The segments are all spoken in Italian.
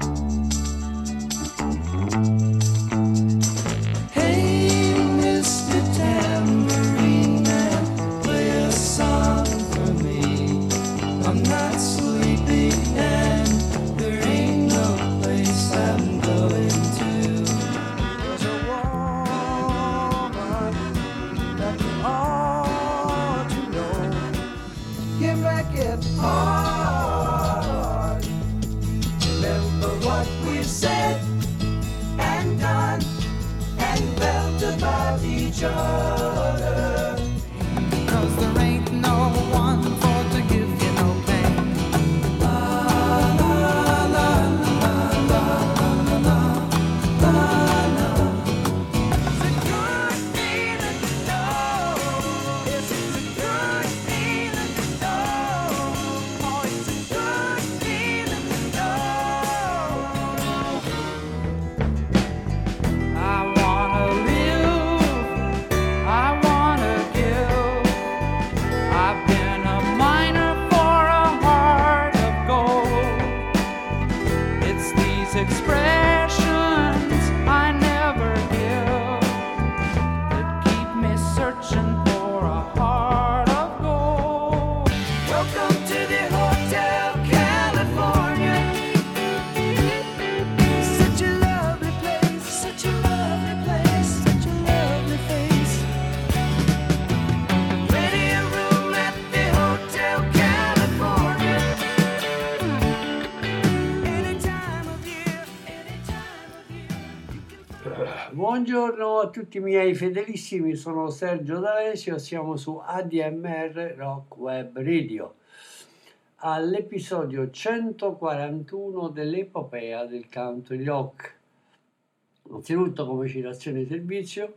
Buongiorno a tutti i miei fedelissimi, sono Sergio D'Alessio, siamo su ADMR Rock Web Radio, all'episodio 141 dell'epopea del country rock. Innanzitutto, come citazione di servizio,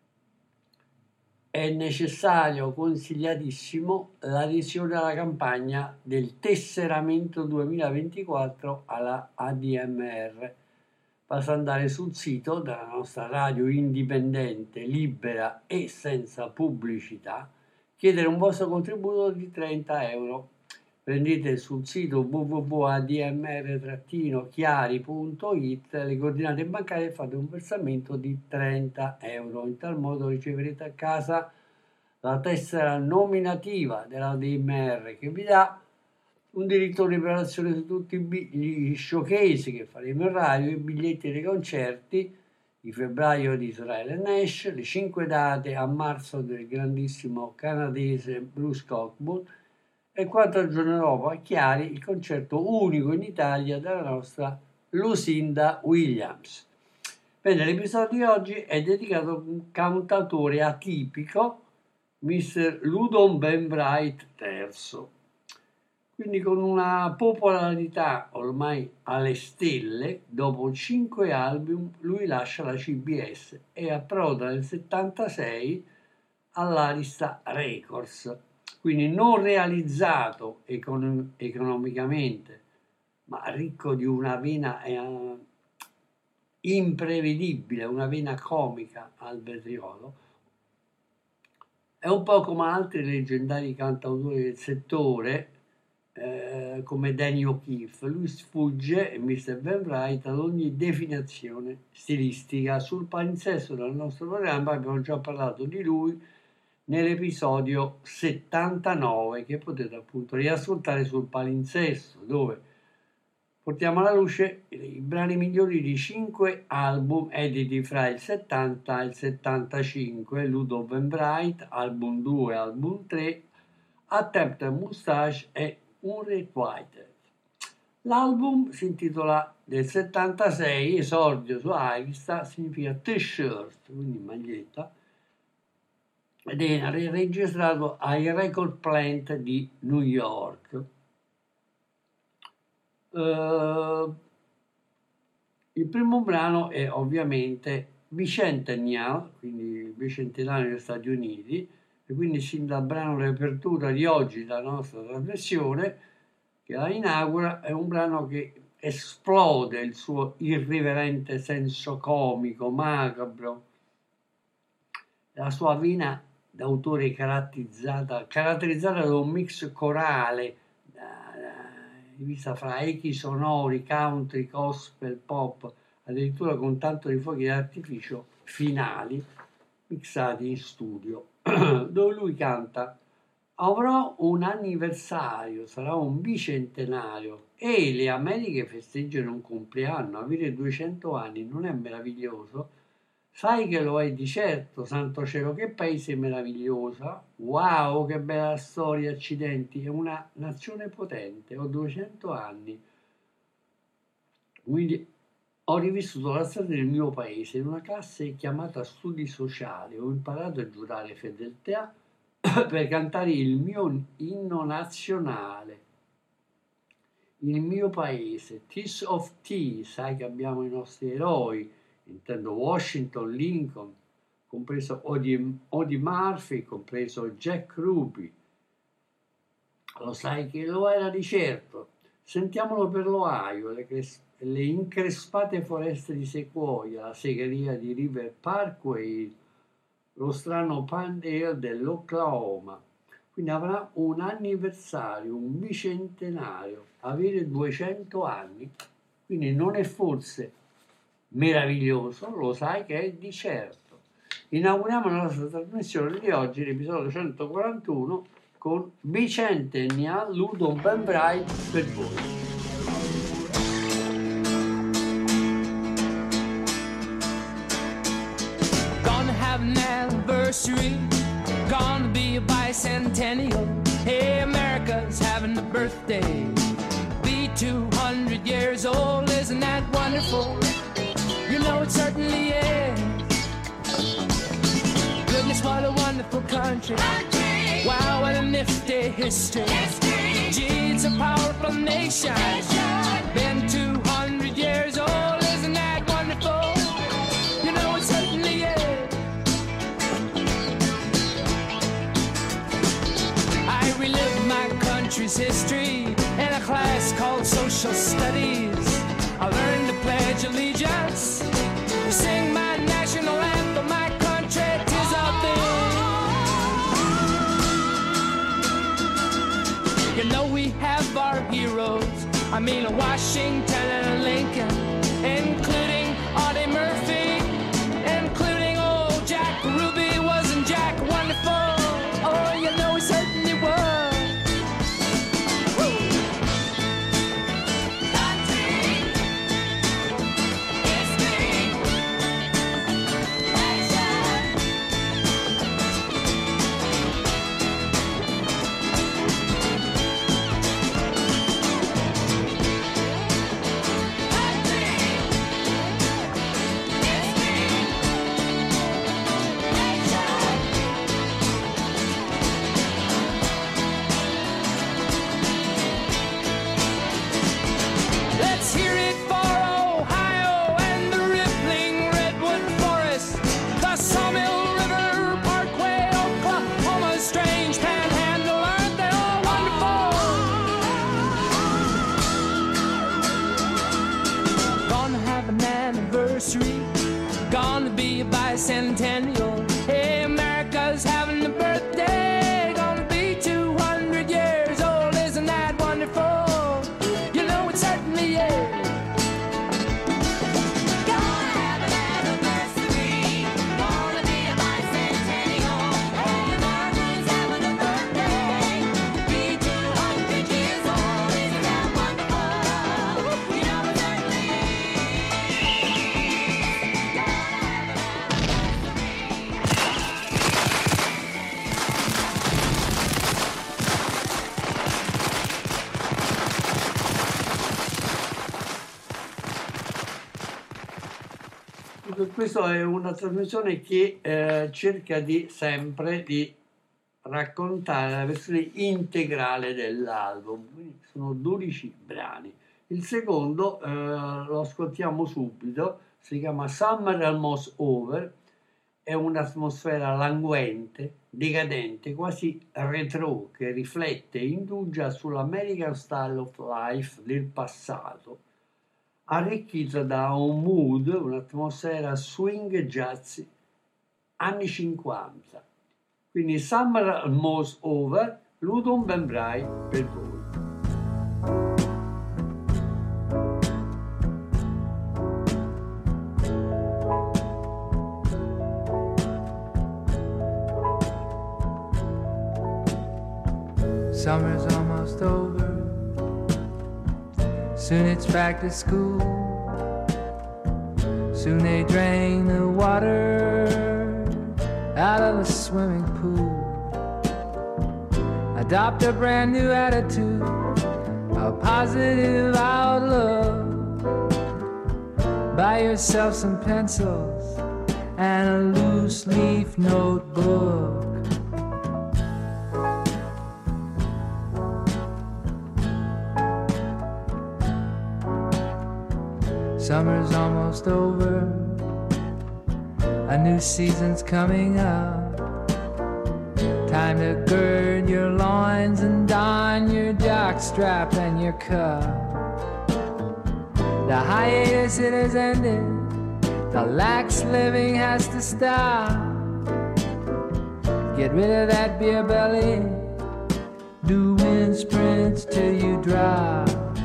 è necessario, consigliatissimo, l'adesione alla campagna del tesseramento 2024 alla ADMR. Basta andare sul sito della nostra radio indipendente, libera e senza pubblicità, chiedere un vostro contributo di 30 euro. Prendete sul sito www.admr-chiari.it le coordinate bancarie e fate un versamento di 30 euro. In tal modo riceverete a casa la tessera nominativa dell'ADMR che vi dà un diritto di riparazione su tutti gli showcase che faremo in radio, i biglietti dei concerti di febbraio di Israele Nash, le 5 date a marzo del grandissimo canadese Bruce Cockburn e 4 giorni dopo a Chiari il concerto unico in Italia della nostra Lucinda Williams. Bene, l'episodio di oggi è dedicato a un cantautore atipico, Mr. Ludon Ben Bright III. Quindi con una popolarità ormai alle stelle, dopo 5 album lui lascia la CBS e approda nel 76 all'Arista Records, quindi non realizzato economicamente, ma ricco di una vena imprevedibile, una vena comica al vetriolo. È un po' come altri leggendari cantautori del settore, come Danny O'Keefe. Lui sfugge, Mr. Ben Bright, ad ogni definizione stilistica. Sul palinsesto del nostro programma abbiamo già parlato di lui nell'episodio 79 che potete appunto riascoltare sul palinsesto, dove portiamo alla luce i brani migliori di 5 album editi fra il 70 e il 75, Ludo Ben Bright, album 2, album 3, Attempted Mustache e Unrequited. L'album si intitola del 76, esordio su Arista, significa t-shirt, quindi maglietta, ed è registrato ai Record Plant di New York. Il primo brano è ovviamente Bicentennial, quindi il bicentenario degli Stati Uniti, e quindi sin dal brano di apertura di oggi della nostra trasmissione, che la inaugura, è un brano che esplode il suo irriverente senso comico, macabro, la sua vena d'autore caratterizzata da un mix corale divisa fra echi sonori, country, gospel, pop, addirittura con tanto di fuochi d'artificio finali mixati in studio, dove lui canta: avrò un anniversario, sarà un bicentenario e le Americhe festeggiano un compleanno, avere 200 anni non è meraviglioso? Sai che lo è di certo, santo cielo, che paese meraviglioso! Wow, che bella storia, accidenti, è una nazione potente, ho 200 anni, quindi ho rivissuto la storia del mio paese in una classe chiamata studi sociali, ho imparato a giurare fedeltà per cantare il mio inno nazionale, il mio paese, Tears of Tea, sai che abbiamo i nostri eroi, intendo Washington, Lincoln, compreso Odie Murphy, compreso Jack Ruby. Lo sai che lo era di certo. Sentiamolo per l'Ohio, le increspate foreste di sequoia, la segheria di River Parkway, lo strano Palmdale dell'Oklahoma. Quindi avrà un anniversario, un bicentenario, avere 200 anni. Quindi non è forse meraviglioso, lo sai che è di certo. Inauguriamo la nostra trasmissione di oggi, l'episodio 141, con Bicentennial Ludo Bembrai per voi. Gonna have an anniversary, gonna be a bicentennial. Hey, America's having a birthday, be 200 years old, isn't that wonderful? You know it certainly is. Goodness, what a wonderful country. Wow, what a nifty history. Gee, it's a powerful nation. Been 200 years old, isn't that wonderful? You know it certainly is. I relive my country's history in a class called Social Studies. I learned to pledge allegiance, sing my national anthem, my country, 'tis of thee. You know we have our heroes, I mean Washington and Lincoln, including Audie Murphy, including old Jack Ruby. Wasn't Jack wonderful? Oh, you know he certainly was. Bicentennial. Hey, America's having a birthday, gonna be 200 years old, isn't that wonderful? You know it certainly is. Gonna have an anniversary, gonna be a bicentennial. Hey, America's having a birthday, be 200 years old, isn't that wonderful? You know it certainly is. Questa è una trasmissione che cerca sempre di raccontare la versione integrale dell'album. Quindi sono 12 brani. Il secondo lo ascoltiamo subito, si chiama Summer Almost Over, è un'atmosfera languente, decadente, quasi retro, che riflette e indugia sull'American Style of Life del passato, arricchita da un mood, un'atmosfera swing jazz anni 50. Quindi Summer Almost Over, Ludo Bembrai per voi. Summer's almost over. Soon it's back to school. Soon they drain the water out of the swimming pool. Adopt a brand new attitude, a positive outlook. Buy yourself some pencils and a loose leaf notebook. Summer's almost over, a new season's coming up. Time to gird your loins and don your jockstrap and your cuff. The hiatus, it has ended, the lax living has to stop. Get rid of that beer belly, do wind sprints till you drop.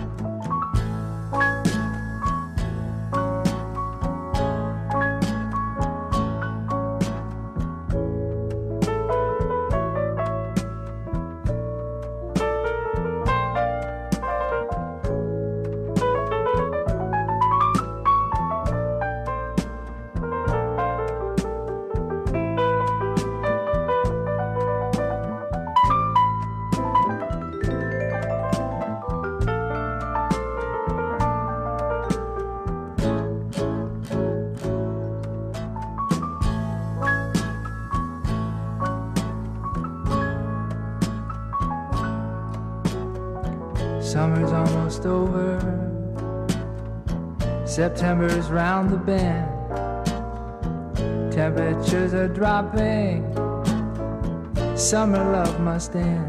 Summer's almost over, September's round the bend. Temperatures are dropping, summer love must end.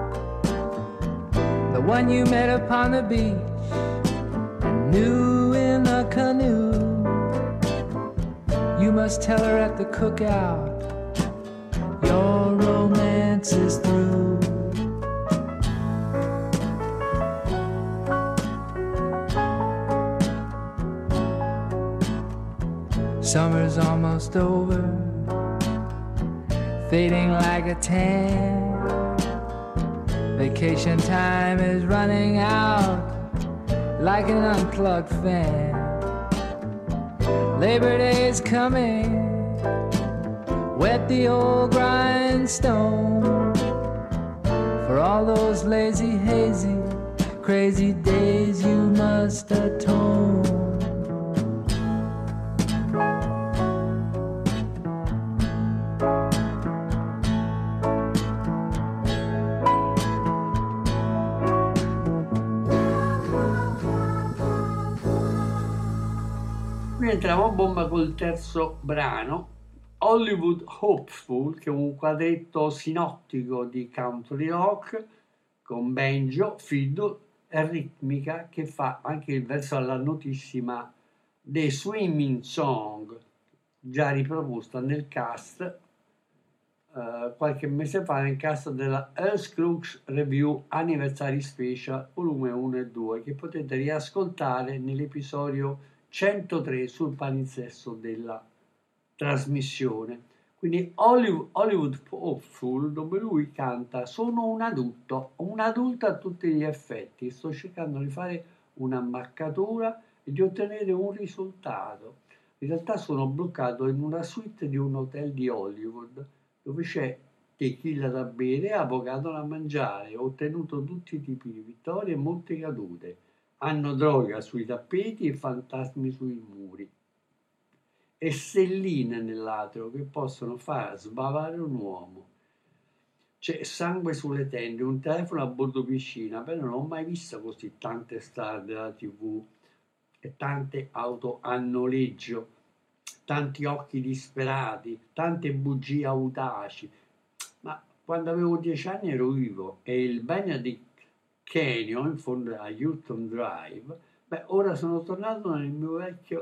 The one you met upon the beach and knew in the canoe, you must tell her at the cookout, your romance is through. Summer's almost over, fading like a tan. Vacation time is running out like an unplugged fan. Labor Day is coming, wet the old grindstone. For all those lazy, hazy, crazy days you must atone. Qui entriamo a bomba col terzo brano, Hollywood Hopeful, che è un quadretto sinottico di country rock con banjo, fiddle e ritmica che fa anche il verso alla notissima The Swimming Song, già riproposta nel cast qualche mese fa nel cast della Earth Crux Review Anniversary Special volume 1 e 2, che potete riascoltare nell'episodio 103 sul palinsesto della trasmissione. Quindi Hollywood Hopeful, dove lui canta: sono un adulto a tutti gli effetti, sto cercando di fare una marcatura e di ottenere un risultato. In realtà sono bloccato in una suite di un hotel di Hollywood dove c'è tequila da bere e avocado da mangiare. Ho ottenuto tutti i tipi di vittorie e molte cadute. Hanno droga sui tappeti e fantasmi sui muri e stelline nell'atrio che possono far sbavare un uomo. C'è sangue sulle tende, un telefono a bordo piscina, però non ho mai visto così tante star della TV e tante auto a noleggio, tanti occhi disperati, tante bugie audaci. Ma quando avevo 10 anni ero vivo e il Benedict Canyon in fondo a Hilton Drive, ora sono tornato nel mio vecchio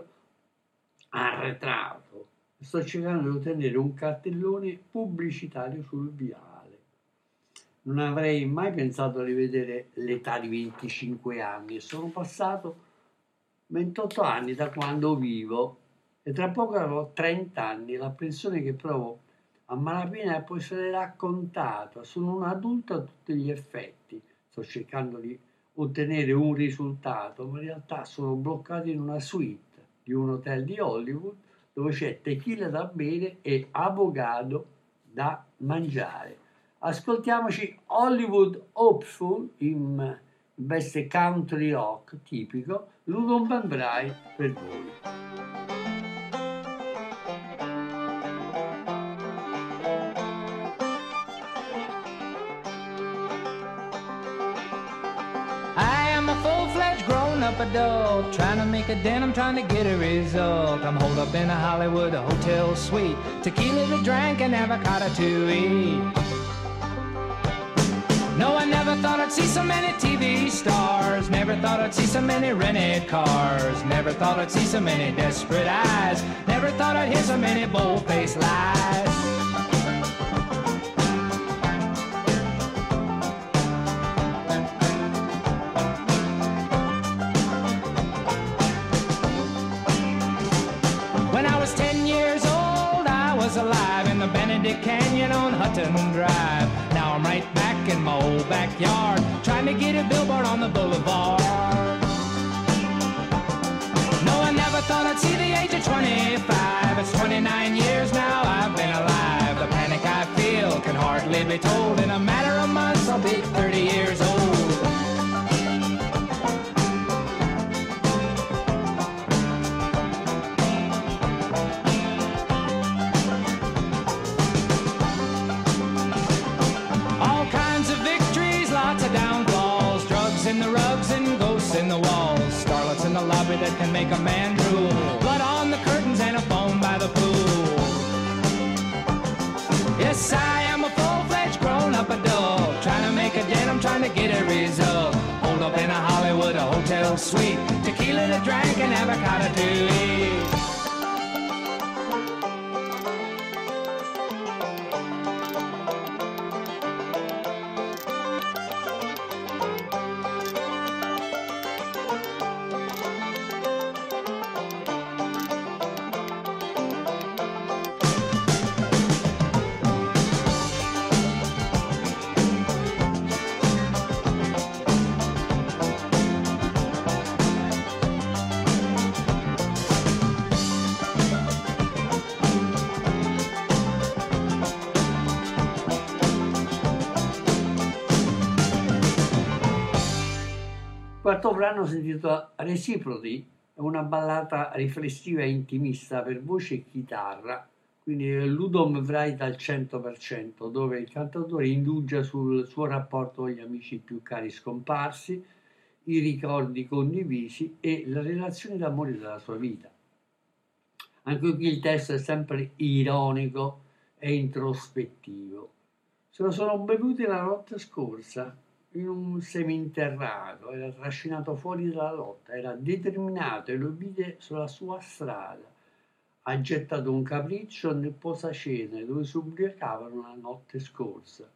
arretrato. Sto cercando di ottenere un cartellone pubblicitario sul viale. Non avrei mai pensato di vedere l'età di 25 anni. Sono passato 28 anni da quando vivo e tra poco avrò 30 anni. L'appressione che provo a malapena può essere raccontato. Sono un adulto a tutti gli effetti, sto cercando di ottenere un risultato, ma in realtà sono bloccato in una suite di un hotel di Hollywood dove c'è tequila da bere e avocado da mangiare. Ascoltiamoci Hollywood Hopeful in veste country rock tipico, Ludon Van Bray per voi. I am a full-fledged grown-up adult, trying to make a dent, I'm trying to get a result. I'm holed up in a Hollywood hotel suite, tequila to drink and avocado to eat. No, I never thought I'd see so many TV stars, never thought I'd see so many rented cars, never thought I'd see so many desperate eyes, never thought I'd hear so many bold-faced lies. When I was 10 years old, I was alive in the Benedict Canyon on Hutton Drive. Now I'm right back in my old backyard, trying to get a billboard on the boulevard. No, I never thought I'd see the age of 25. It's 29 years now I've been alive. The panic I feel can hardly be told. In a matter of months I'll be 30 years old. In the rugs and ghosts in the walls, starlets in the lobby that can make a man drool, blood on the curtains and a foam by the pool. Yes, I am a full-fledged grown-up adult, trying to make a dent, I'm trying to get a result. Hold up in a Hollywood, a hotel suite, tequila to drink and avocado to eat. Quarto brano si intitola Reciprocity, è una ballata riflessiva e intimista per voce e chitarra, quindi è Ludom Wright al 100%, dove il cantautore indugia sul suo rapporto con gli amici più cari scomparsi, i ricordi condivisi e le relazioni d'amore della sua vita. Anche qui il testo è sempre ironico e introspettivo. Se lo sono bevuti la notte scorsa in un seminterrato, era trascinato fuori dalla lotta, era determinato e lo vide sulla sua strada. Ha gettato un capriccio nel posacenere dove si ubriacavano la notte scorsa.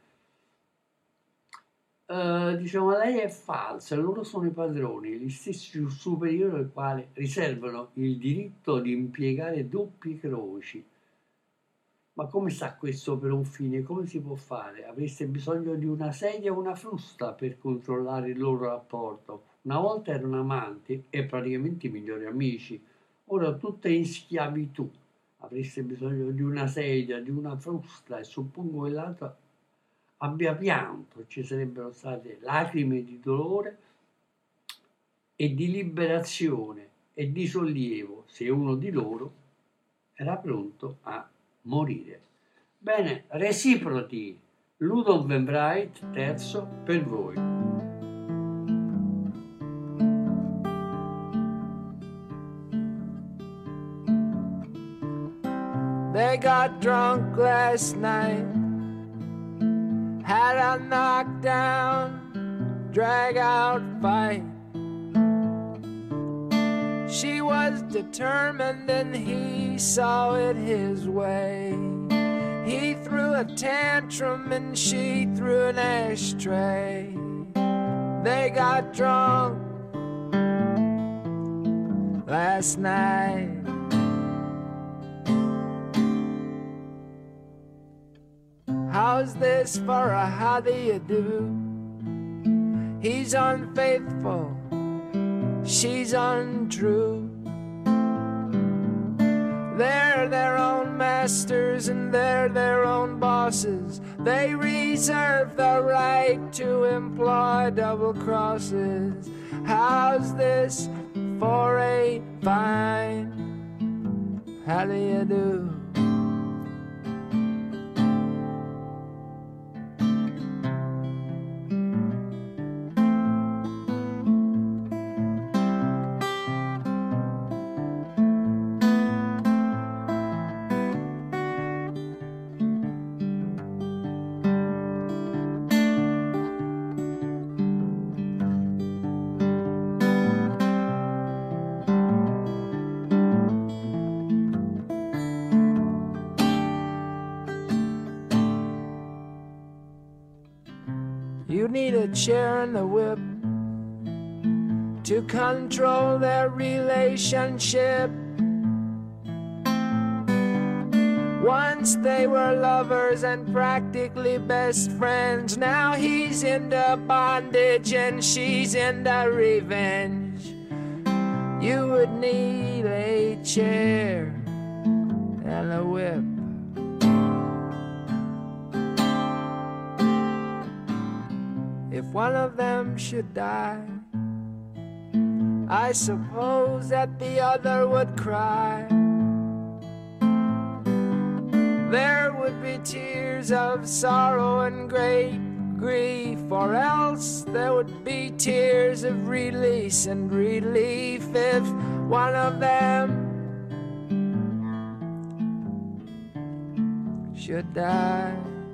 Diciamo, lei è falsa, loro sono i padroni, gli stessi superiori ai quali riservano il diritto di impiegare doppie croci. Ma come sta questo per un fine? Come si può fare? Avreste bisogno di una sedia o una frusta per controllare il loro rapporto. Una volta erano amanti e praticamente i migliori amici, ora tutto è in schiavitù. Avreste bisogno di una sedia, di una frusta e suppongo che l'altro abbia pianto, ci sarebbero state lacrime di dolore e di liberazione e di sollievo se uno di loro era pronto a morire. Bene, Reciprocity, Ludon Van Bray, terzo per voi. They got drunk last night, had a knockdown, drag out fight. She was determined and he saw it his way. He threw a tantrum and she threw an ashtray. They got drunk last night. How's this for a how do you do? He's unfaithful, she's untrue. They're their own masters and they're their own bosses. They reserve the right to employ double crosses. How's this for a fine how do you do? You need a chair and a whip to control their relationship. Once they were lovers and practically best friends. Now he's into bondage and she's into revenge. You would need a chair and a whip. If one of them should die, I suppose that the other would cry. There would be tears of sorrow and great grief, or else there would be tears of release and relief if one of them should die.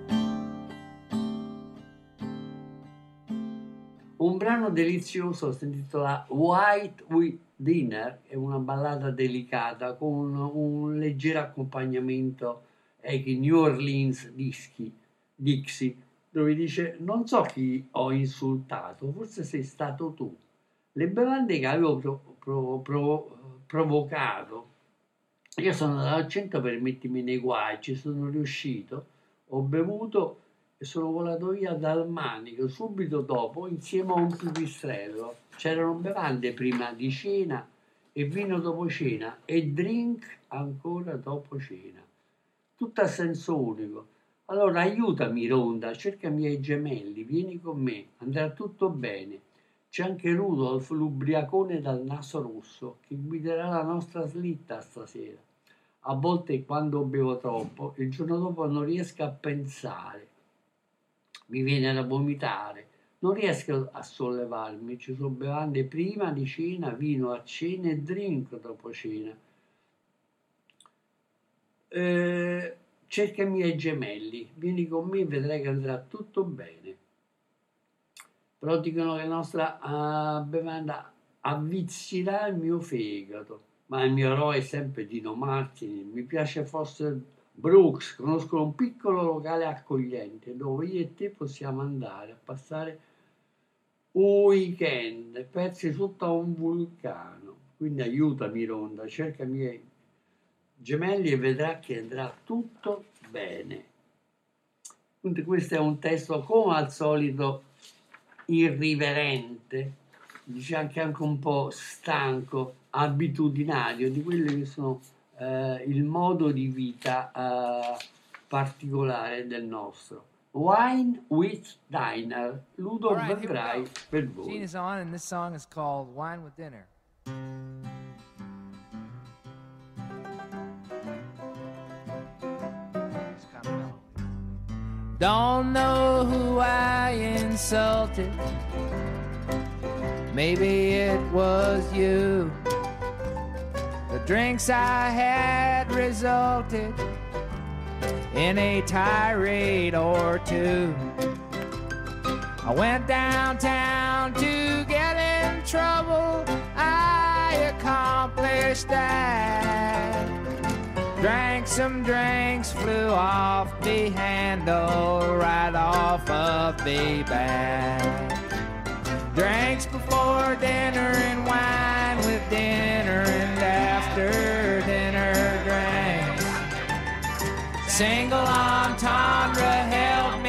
Un brano delizioso si intitola White with Dinner, è una ballata delicata con un leggero accompagnamento ai New Orleans Dixie, dove dice: non so chi ho insultato, forse sei stato tu. Le bevande che avevo provocato, io sono andato al centro per mettermi nei guai, ci sono riuscito, ho bevuto e sono volato via dal manico subito dopo insieme a un pipistrello. C'erano bevande prima di cena e vino dopo cena e drink ancora dopo cena, tutto a senso unico. Allora aiutami Ronda, cerca i miei gemelli, vieni con me, andrà tutto bene. C'è anche Rudolf, l'ubriacone dal naso rosso, che guiderà la nostra slitta stasera. A volte quando bevo troppo, il giorno dopo non riesco a pensare, mi viene da vomitare, non riesco a sollevarmi. Ci sono bevande prima di cena, vino a cena e drink dopo cena. Cerca i miei gemelli, vieni con me e vedrai che andrà tutto bene. Però dicono che la nostra bevanda avvizzirà il mio fegato, ma il mio eroe è sempre Dino Martini. Mi piace Foster Brooks, conosco un piccolo locale accogliente dove io e te possiamo andare a passare un weekend persi sotto a un vulcano. Quindi aiutami Ronda, cerca i miei gemelli e vedrà che andrà tutto bene. Quindi questo è un testo come al solito irriverente, dice anche un po' stanco, abitudinario di quelli che sono il modo di vita particolare del nostro. Wine with Dinner, Ludo All right, here we vedrai go. per voi. Gene is on, and this song is called Wine with Dinner. It's kind of mellow. Don't know who I insulted. Maybe it was you. The drinks I had resulted in a tirade or two. I went downtown to get in trouble. I accomplished that. Drank some drinks, flew off the handle, right off of the bat. Drinks before dinner and wine with dinner and after dinner drinks. Single entendre help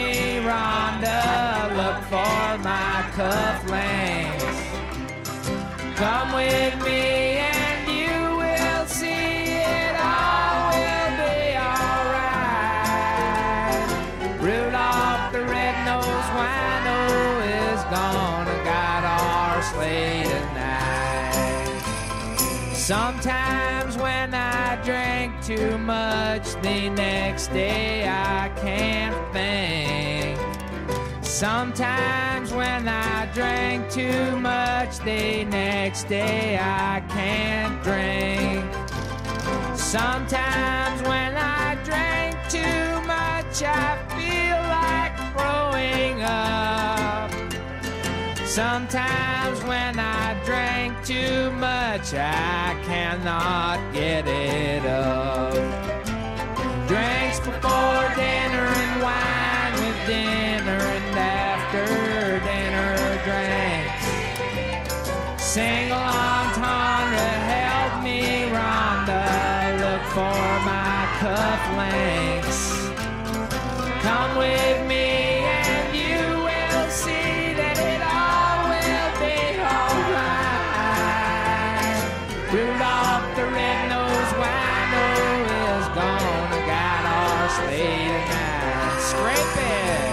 cufflinks. Come with me and you will see it all will be alright. Rudolph the red-nosed wino is gonna guide our sleigh tonight. Sometimes when I drink too much, the next day I can't think. Sometimes when I drink too much, the next day I can't drink. Sometimes when I drink too much, I feel like throwing up. Sometimes when I drink too much, I cannot get it up. Drinks before dinner and wine with dinner and after dinner drinks. Sing along, Tondra, help me, Rhonda, look for my cufflinks. Come with me and you will see that it all will be alright. Rudolph the red-nosed wino is gonna guide our sleigh tonight. Scrape it!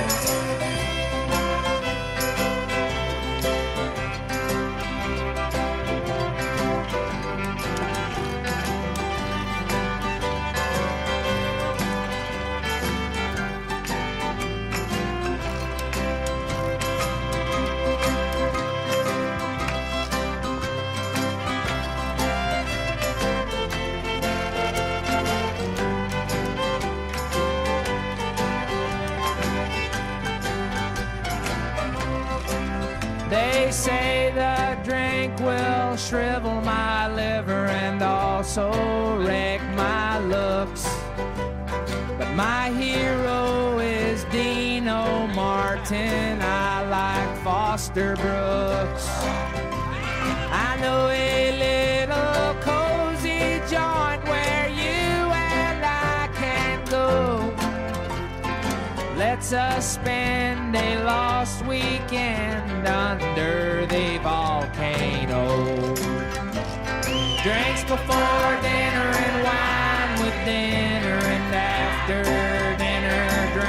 They say the drink will shrivel my liver and also wreck my looks. But my hero is Dino Martin. I like Foster Brooks. I know a little cozy joint where you and I can go. Let's us spend a lost weekend under the volcano. Drinks before dinner and wine with dinner and after dinner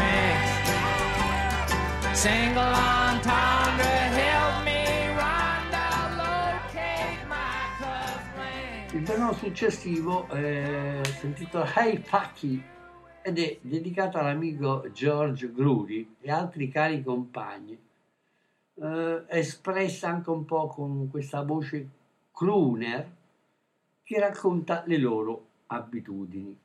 drinks. Sing along, Tondra, help me, Rhonda, locate my cufflinks. Il brano successivo si intitola Hey Packy ed è dedicato all'amico George Grudy e altri cari compagni, espressa anche un po' con questa voce crooner che racconta le loro abitudini.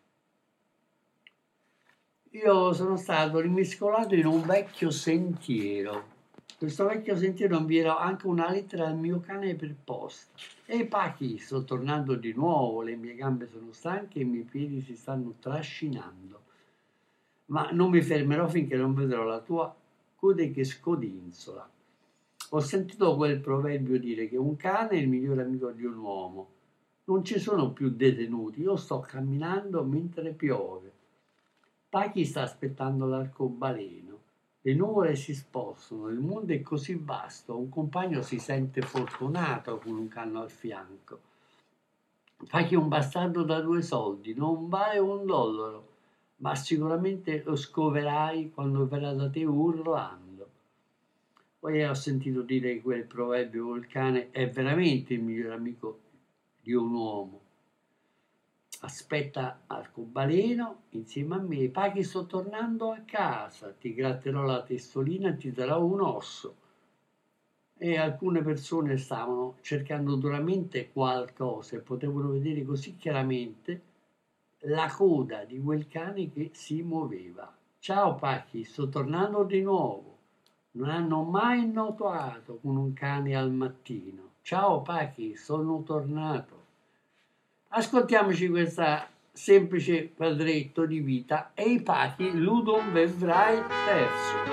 Io sono stato rimescolato in un vecchio sentiero. Questo vecchio sentiero inviò anche una lettera al mio cane per posta. Ehi Packy, sto tornando di nuovo, le mie gambe sono stanche e i miei piedi si stanno trascinando. Ma non mi fermerò finché non vedrò la tua coda che scodinzola. Ho sentito quel proverbio dire che un cane è il migliore amico di un uomo. Non ci sono più detenuti, io sto camminando mentre piove. Packy sta aspettando l'arcobaleno. Le nuvole si spostano, il mondo è così vasto, un compagno si sente fortunato con un cane al fianco. Packy è un bastardo da 2 soldi, non vale $1, ma sicuramente lo scoverai quando verrà da te urlando. Poi ho sentito dire che quel proverbio col cane è veramente il migliore amico di un uomo. Aspetta arcobaleno insieme a me. Packy, sto tornando a casa, ti gratterò la testolina e ti darò un osso. E alcune persone stavano cercando duramente qualcosa e potevano vedere così chiaramente la coda di quel cane che si muoveva. Ciao Packy, sto tornando di nuovo. Non hanno mai nuotato con un cane al mattino. Ciao Packy, sono tornato. Ascoltiamoci questa semplice quadretto di vita. Ehi Packy, Ludum Vevrai terzo.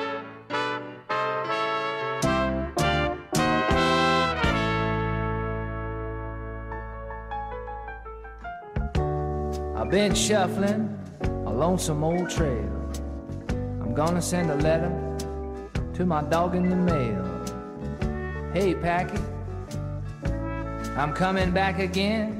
I've been shuffling a lonesome old trail. I'm gonna send a letter to my dog in the mail. Hey, Packy, I'm coming back again.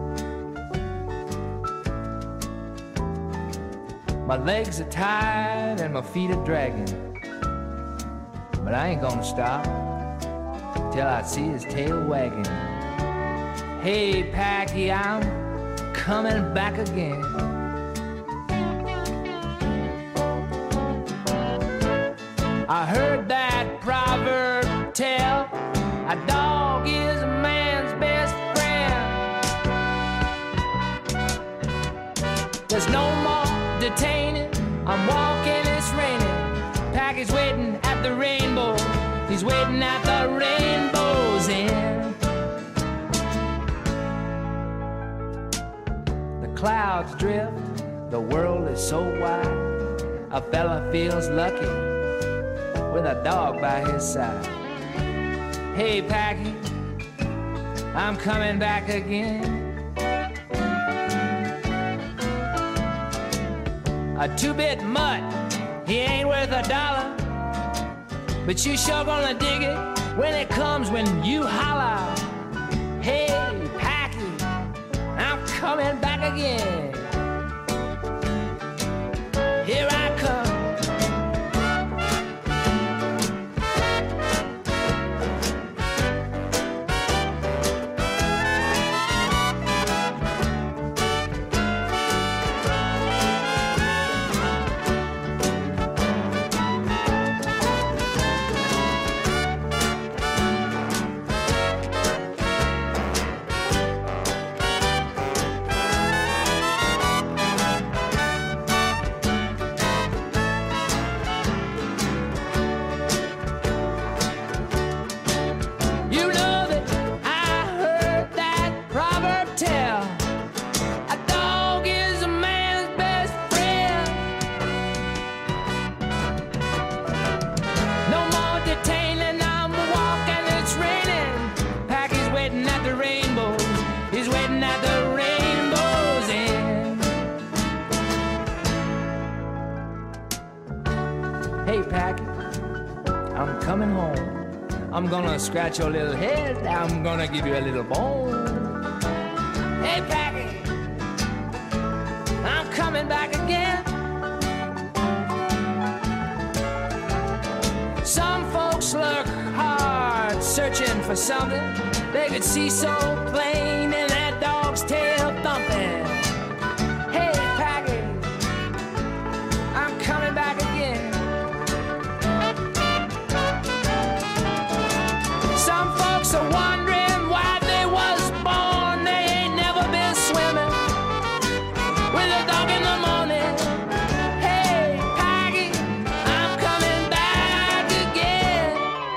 My legs are tired and my feet are dragging, but I ain't gonna stop till I see his tail wagging. Hey, Packy, I'm coming back again. I heard that proverb tell, a dog is a man's best friend. There's no more detaining, I'm walking, it's raining. Packy's waiting at the rainbow, he's waiting at the rainbow's end. The clouds drift, the world is so wide, a fella feels lucky with a dog by his side. Hey, Packy, I'm coming back again. A two-bit mutt, he ain't worth $1, but you sure gonna dig it when it comes when you holler. Hey, Packy, I'm coming back again. Here I come. Coming home, I'm gonna scratch your little head, I'm gonna give you a little bone. Hey, Packy, I'm coming back again. Some folks look hard, searching for something they could see so plain in that dog's tail thumping. Hey, Packy, I'm coming back again. Some folks are wondering why they was born. They ain't never been swimming with a dog in the morning. Hey, Packy, I'm coming back again.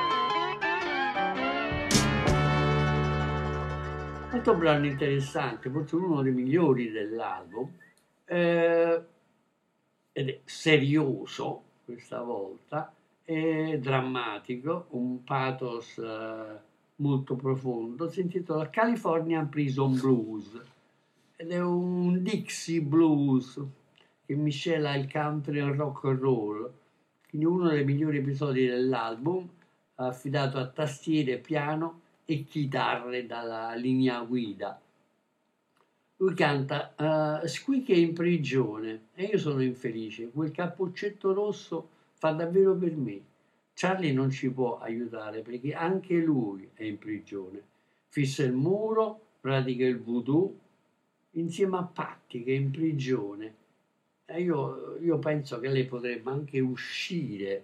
Altro brano interessante, forse uno dei migliori dell'album, ed è serioso questa volta, è drammatico, un pathos molto profondo, si intitola California Prison Blues ed è un Dixie blues che miscela il country e il rock and roll, quindi uno dei migliori episodi dell'album, affidato a tastiere, piano e chitarre dalla linea guida. Lui canta Squeaky è in prigione e io sono infelice, quel cappuccetto rosso fa davvero per me. Charlie non ci può aiutare perché anche lui è in prigione. Fissa il muro, pratica il voodoo insieme a Patti che è in prigione. E io penso che lei potrebbe anche uscire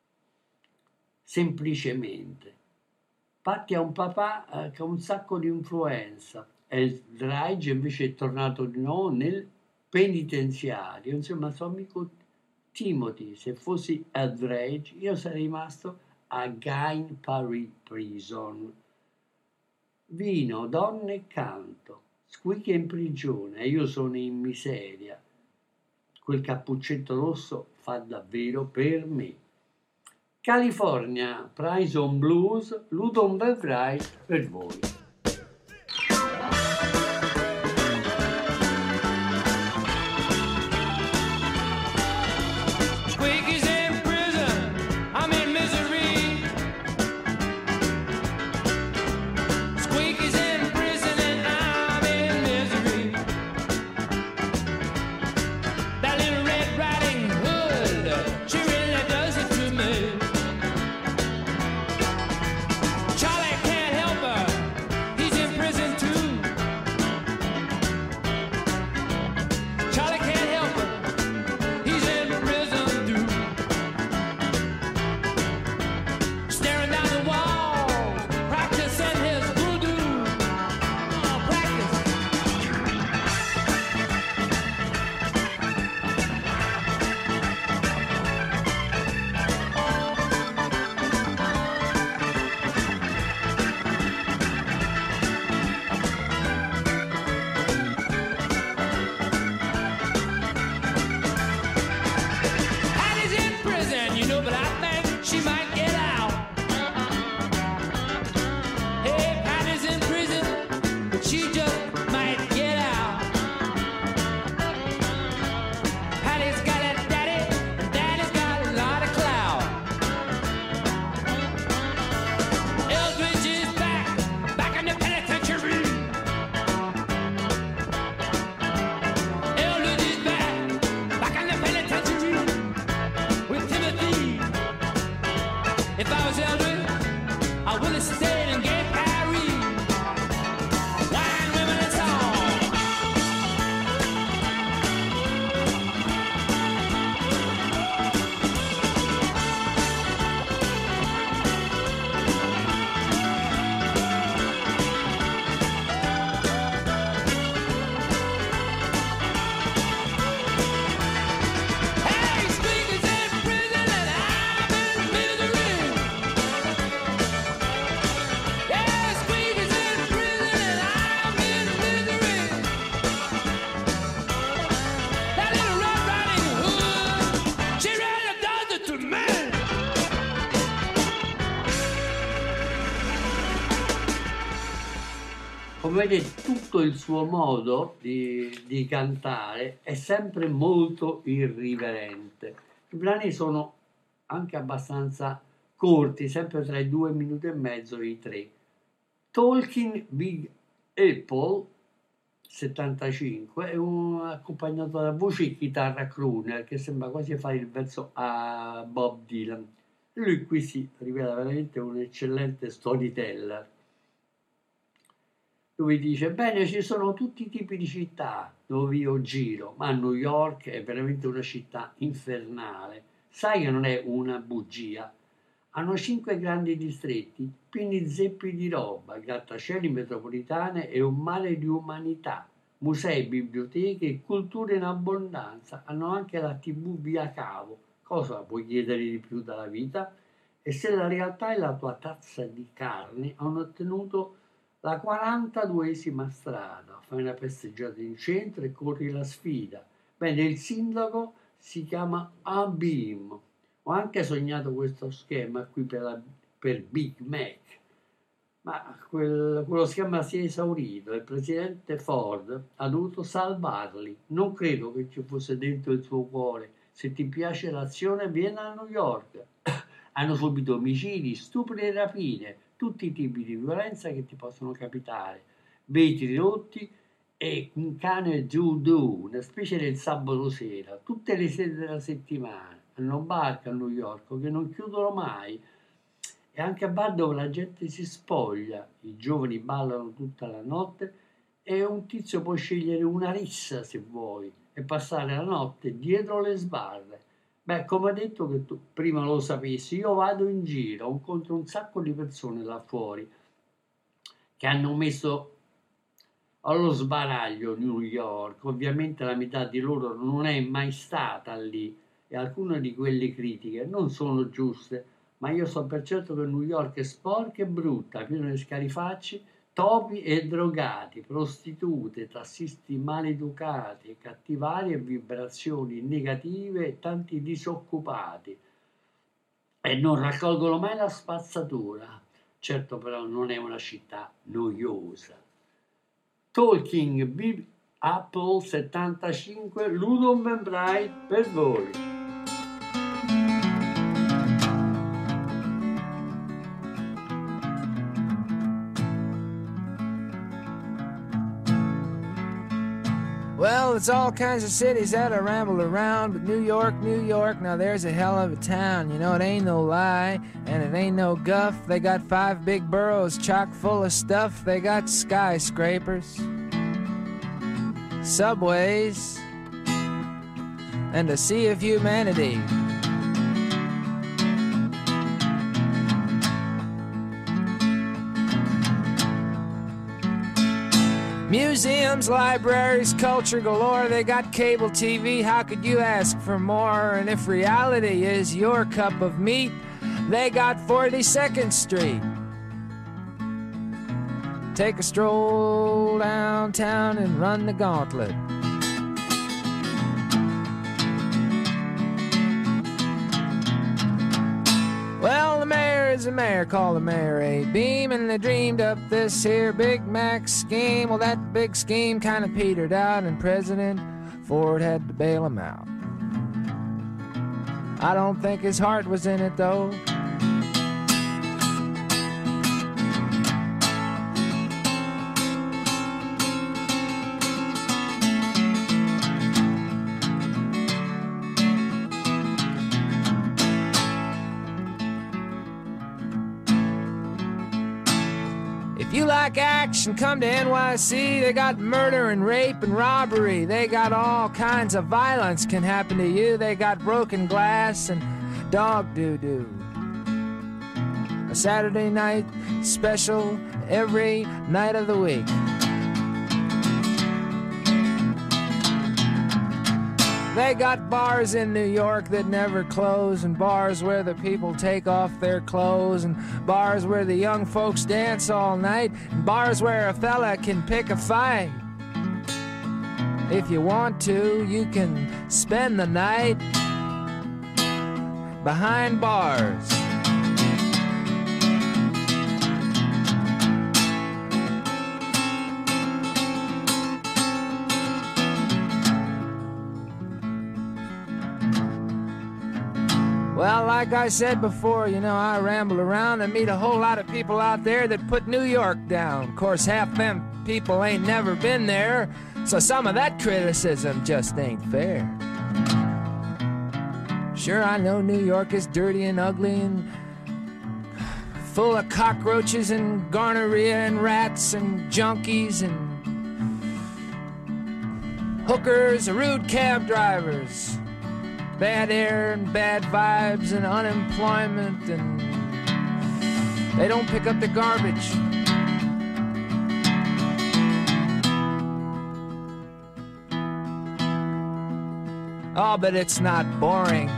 semplicemente. Patti ha un papà che ha un sacco di influenza. Eldridge invece è tornato di nuovo nel penitenziario insieme al suo amico Timothy. Se fossi Eldridge io sarei rimasto a Gain Paris Prison. Vino, donne e canto. Squeaky è in prigione e io sono in miseria. Quel cappuccetto rosso fa davvero per me. California Prison Blues, Ludon Belgrade per voi. Squeaky's in prison, I'm in misery. come vedete, tutto il suo modo di cantare è sempre molto irriverente. I brani sono anche abbastanza corti, sempre tra i 2 minuti e mezzo e i 3. Talking Big Apple 75 è accompagnato da voce e chitarra crooner che sembra quasi fare il verso a Bob Dylan. Lui qui si rivela veramente un eccellente storyteller. Lui dice: bene, ci sono tutti i tipi di città dove io giro, ma New York è veramente una città infernale. Sai che non è una bugia. Hanno 5 grandi distretti, pieni zeppi di roba, grattacieli, metropolitane e un mare di umanità. Musei, biblioteche e cultura in abbondanza. Hanno anche la TV via cavo. Cosa puoi chiedere di più dalla vita? E se la realtà è la tua tazza di carne, hanno ottenuto la 42esima strada. Fai una passeggiata in centro e corri la sfida. Bene, il sindaco si chiama Abim. Ho anche sognato questo schema qui per Big Mac, ma quello schema si è esaurito. Il presidente Ford ha dovuto salvarli. Non credo che ci fosse dentro il suo cuore. Se ti piace l'azione, vieni a New York. Hanno subito omicidi, stupri e rapine, tutti i tipi di violenza che ti possono capitare. Vetri rotti e un cane voodoo, una specie del sabato sera, tutte le sere della settimana. Hanno bar a New York che non chiudono mai, e anche bar dove la gente si spoglia, i giovani ballano tutta la notte e un tizio può scegliere una rissa se vuoi e passare la notte dietro le sbarre. Beh, come ho detto che tu prima lo sapessi, io vado in giro, incontro un sacco di persone là fuori che hanno messo allo sbaraglio New York. Ovviamente la metà di loro non è mai stata lì e alcune di quelle critiche non sono giuste, ma io so per certo che New York è sporca e brutta, piena di scarifacci, topi e drogati, prostitute, tassisti maleducati, cattivari e vibrazioni negative e tanti disoccupati. E non raccolgono mai la spazzatura. Certo, però non è una città noiosa. Talking Big Apple 75, Ludo Membrai per voi. Well, it's all kinds of cities that I ramble around, but New York, now there's a hell of a town. You know, it ain't no lie, and it ain't no guff. They got 5 big boroughs chock full of stuff. They got skyscrapers, subways, and a sea of humanity. Museums, libraries, culture galore. They got cable TV, how could you ask for more? And if reality is your cup of meat, they got 42nd Street. Take a stroll downtown and run the gauntlet. Well, the mayor is a mayor, called the mayor a beam, and they dreamed up this here Big Mac scheme. Well, that big scheme kind of petered out, and President Ford had to bail him out. I don't think his heart was in it, though. If you like action, come to NYC. They got murder and rape and robbery. They got all kinds of violence can happen to you. They got broken glass and dog doo-doo. A Saturday night special every night of the week. They got bars in New York that never close, and bars where the people take off their clothes, and bars where the young folks dance all night, and bars where a fella can pick a fight. If you want to, you can spend the night behind bars. Well, like I said before, you know, I ramble around and meet a whole lot of people out there that put New York down. Of course, half them people ain't never been there, so some of that criticism just ain't fair. Sure, I know New York is dirty and ugly and full of cockroaches and gonorrhea and rats and junkies and hookers, rude cab drivers, bad air and bad vibes and unemployment, and they don't pick up the garbage. Oh, but it's not boring.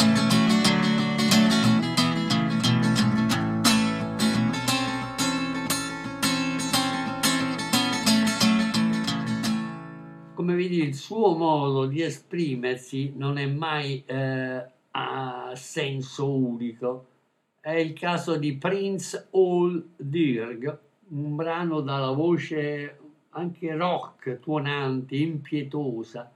Come vedi, il suo modo di esprimersi non è mai a senso unico. È il caso di Prince Old Dirg, un brano dalla voce anche rock, tuonante, impietosa,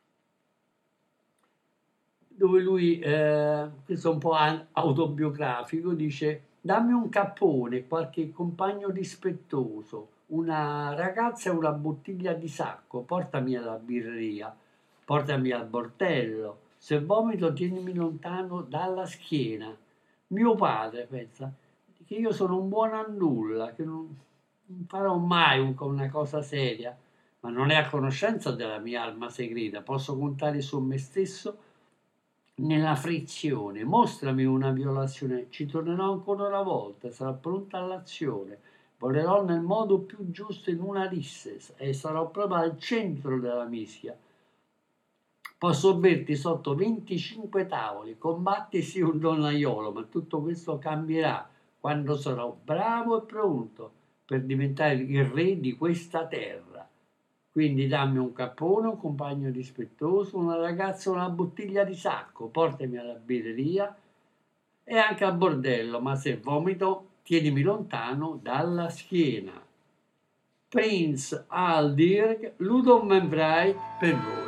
dove lui, questo è un po' autobiografico, dice: dammi un cappone, qualche compagno rispettoso, una ragazza e una bottiglia di sacco, portami alla birreria, portami al bordello, se vomito tienimi lontano dalla schiena. Mio padre pensa che io sono un buono a nulla, che non farò mai una cosa seria, ma non è a conoscenza della mia arma segreta, posso contare su me stesso nella frizione. Mostrami una violazione, ci tornerò ancora una volta, sarò pronta all'azione, volerò nel modo più giusto in una risse e sarò proprio al centro della mischia. Posso berti sotto 25 tavoli, combatti sì un donnaiolo, ma tutto questo cambierà quando sarò bravo e pronto per diventare il re di questa terra. Quindi dammi un cappone, un compagno rispettoso, una ragazza, una bottiglia di sacco, portami alla birreria e anche al bordello, ma se vomito tienimi lontano dalla schiena. Prince Al Dirk, Ludo Membrai per voi.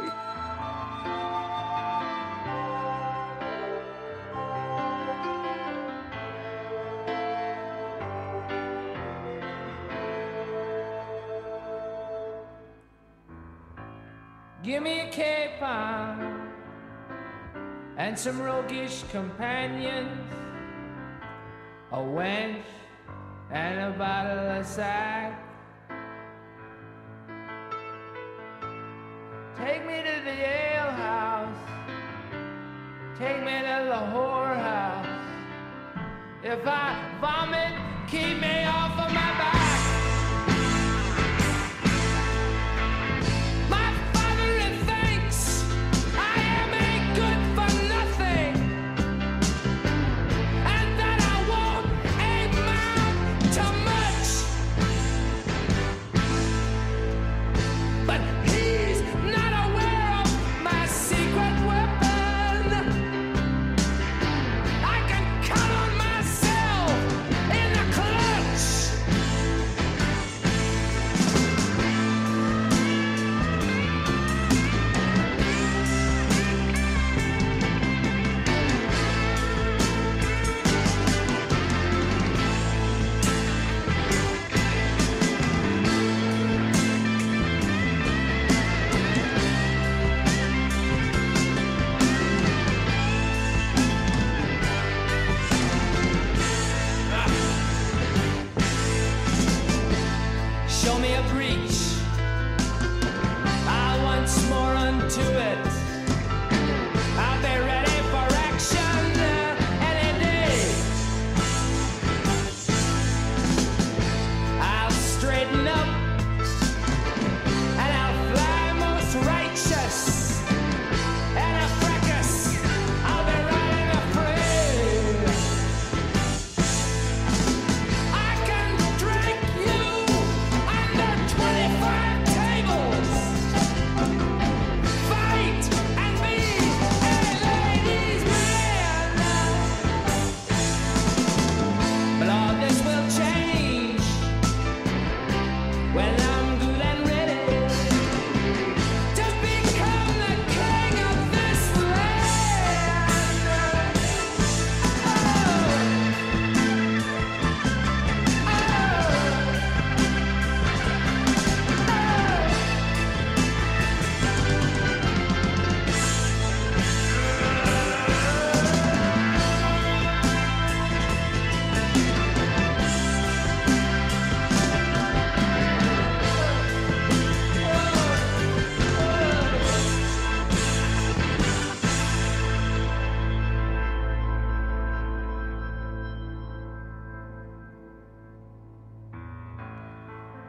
Give me a capon and some roguish companions, a wench and a bottle of sack. Take me to the alehouse, take me to the whorehouse. If I vomit, keep me off of my back.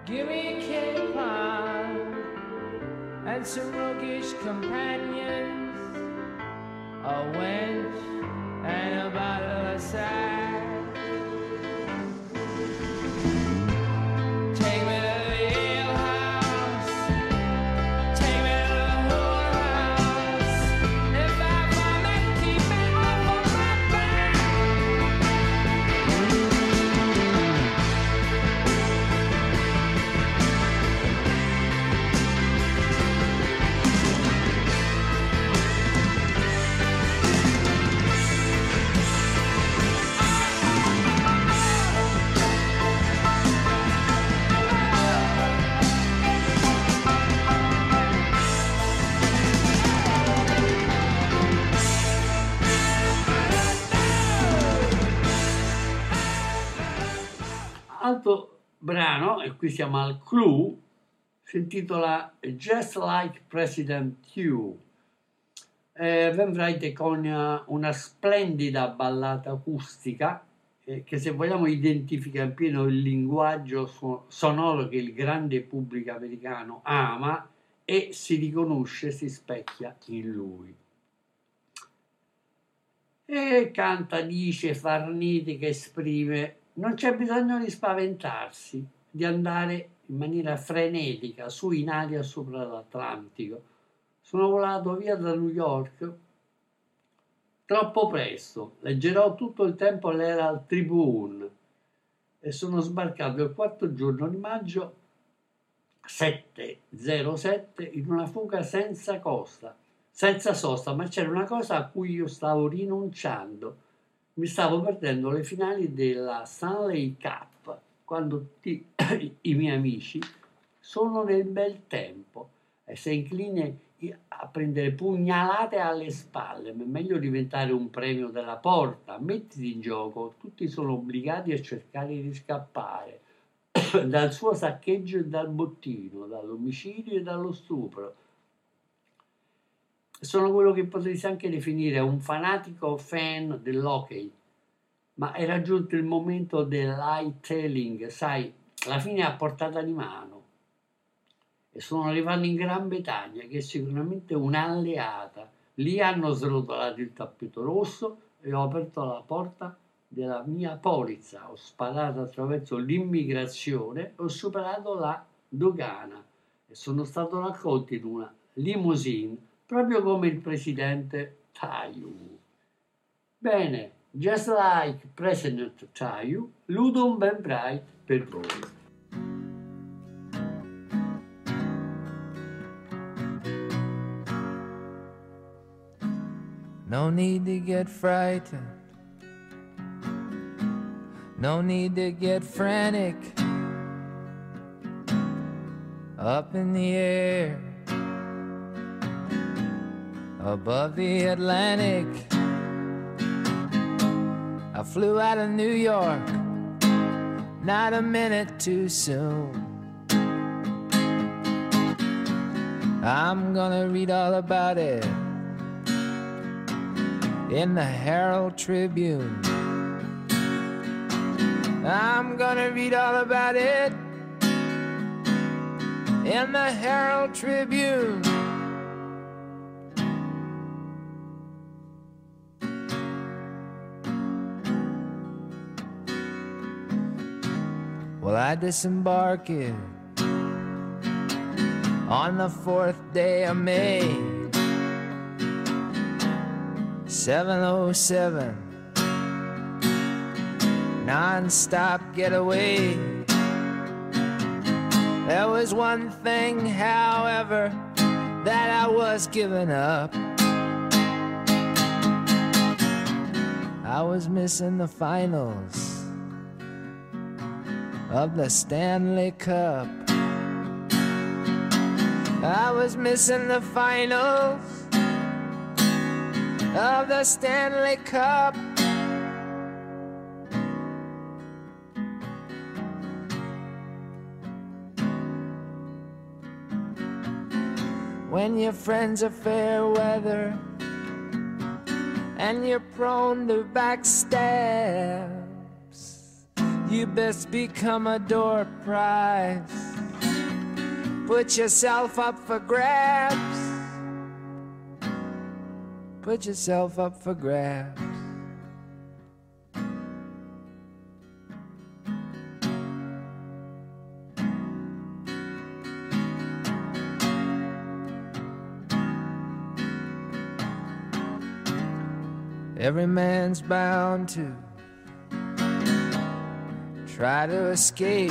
Give me a capon and some roguish companions, a wench and a bottle of cider. Take me to the alehouse, take me to the whorehouse. If I find that, keep me off of my back. Altro brano, e qui siamo al clou, si intitola Just Like President Hugh. Ben Wright con una splendida ballata acustica che, se vogliamo, identifica in pieno il linguaggio sonoro che il grande pubblico americano ama e si riconosce, si specchia in lui. E canta, dice, Farniti, che esprime: non c'è bisogno di spaventarsi, di andare in maniera frenetica su in aria sopra l'Atlantico. Sono volato via da New York troppo presto, leggerò tutto il tempo l'Herald Tribune e sono sbarcato il 4 giorno di maggio 707 in una fuga senza sosta, ma c'era una cosa a cui io stavo rinunciando. Mi stavo perdendo le finali della Stanley Cup, quando tutti i miei amici sono nel bel tempo e sei incline a prendere pugnalate alle spalle. Ma è meglio diventare un premio della porta, mettiti in gioco, tutti sono obbligati a cercare di scappare dal suo saccheggio e dal bottino, dall'omicidio e dallo stupro. Sono quello che potresti anche definire un fanatico fan dell'hockey, ma è raggiunto il momento dell'hightelling, sai, la fine è a portata di mano. E sono arrivato in Gran Bretagna, che è sicuramente un'alleata. Lì hanno srotolato il tappeto rosso e ho aperto la porta della mia polizza, ho sparato attraverso l'immigrazione, ho superato la dogana e sono stato raccolto in una limousine, proprio come il presidente Tayu. Bene, Just Like President Tayu, Ludum Ben Bright per voi. No need to get frightened, no need to get frantic. Up in the air, above the Atlantic, I flew out of New York, not a minute too soon. I'm gonna read all about it in the Herald Tribune. I'm gonna read all about it in the Herald Tribune. Well, I disembarked on the 4th day of May, 707, non-stop getaway. There was one thing, however, that I was giving up. I was missing the finals of the Stanley Cup. I was missing the finals of the Stanley Cup. When your friends are fair weather and you're prone to backstabs, you best become a door prize Put yourself up for grabs. Put yourself up for grabs. Every man's bound to try to escape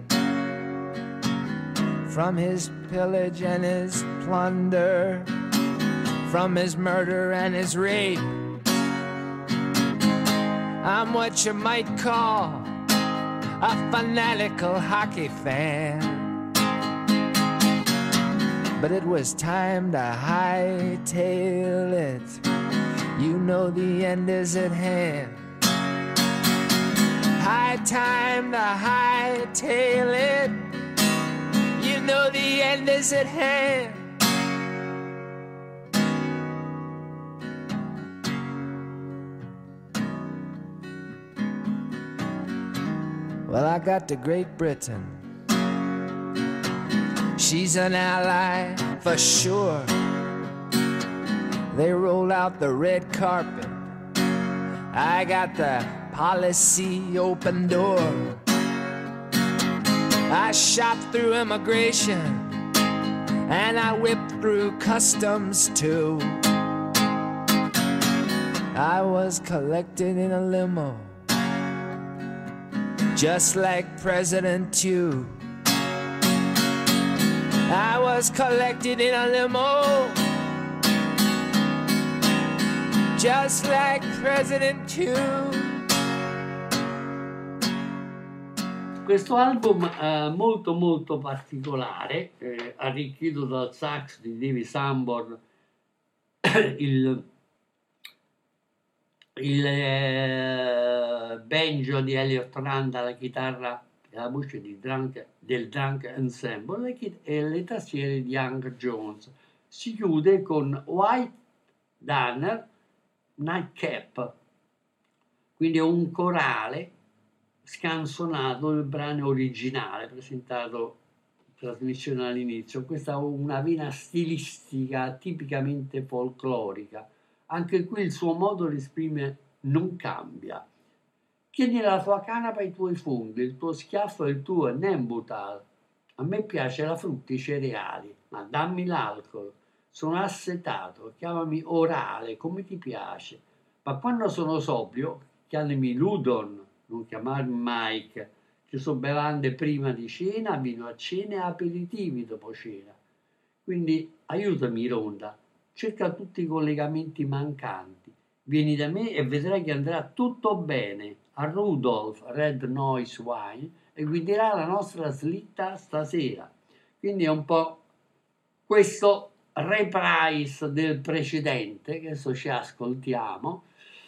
from his pillage and his plunder, from his murder and his rape. I'm what you might call a fanatical hockey fan, but it was time to hightail it. You know the end is at hand. High time to hightail it. You know the end is at hand. Well, I got to Great Britain. She's an ally for sure. They roll out the red carpet. I got the policy open door. I shot through immigration and I whipped through customs too. I was collected in a limo, just like President Tew. I was collected in a limo, just like President Tew. Questo album molto molto particolare, arricchito dal sax di Davy Sanborn, il banjo di Elliott Randa, la chitarra e la voce del Drunk Ensemble e le tastiere di Young Jones. Si chiude con White Danner Nightcap, quindi è un corale scanzonato del brano originale presentato in trasmissione all'inizio. Questa ha una vena stilistica tipicamente folclorica. Anche qui il suo modo di esprimere non cambia. Chiedi la tua canapa ai tuoi funghi, il tuo schiaffo e il tuo Nembutal. A me piace la frutta e i cereali, ma dammi l'alcol. Sono assetato, chiamami orale, come ti piace. Ma quando sono sobrio, chiamami Ludon, non chiamarmi Mike. Ci sono bevande prima di cena, vino a cena e aperitivi dopo cena. Quindi aiutami, Ronda, cerca tutti i collegamenti mancanti. Vieni da me e vedrai che andrà tutto bene. A Rudolph Red Noise Wine e guiderà la nostra slitta stasera. Quindi è un po' questo reprise del precedente, che adesso ci ascoltiamo,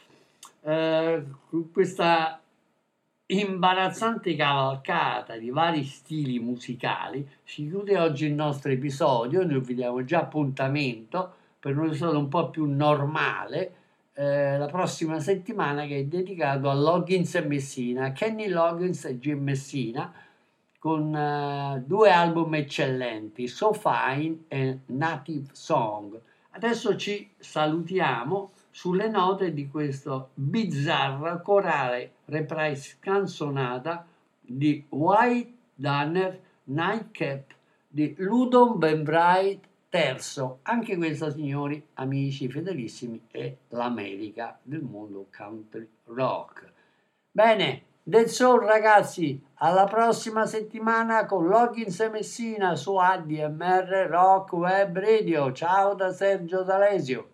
questa imbarazzante cavalcata di vari stili musicali. Si chiude oggi il nostro episodio, noi vi diamo già appuntamento per un episodio un po' più normale la prossima settimana, che è dedicato a Loggins e Messina, Kenny Loggins e Jim Messina, con due album eccellenti, So Fine e Native Song. Adesso ci salutiamo sulle note di questo bizzarro corale reprise canzonata di White Danner Nightcap di Ludon Benbright III. Anche questa, signori amici fedelissimi, è l'America del mondo country rock. Bene, Del Soul ragazzi, alla prossima settimana con Loggins e Messina su ADMR Rock Web Radio. Ciao da Sergio D'Alesio.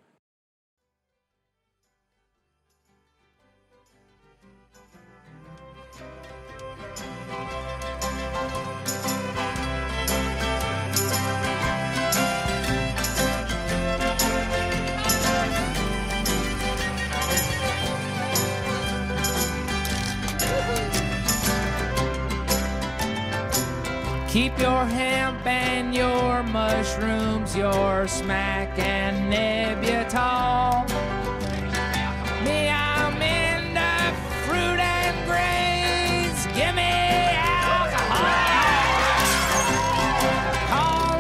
Keep your hemp and your mushrooms, your smack and Nebutal. Me, I'm into fruit and grains. Give me alcohol. Call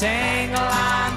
Sing along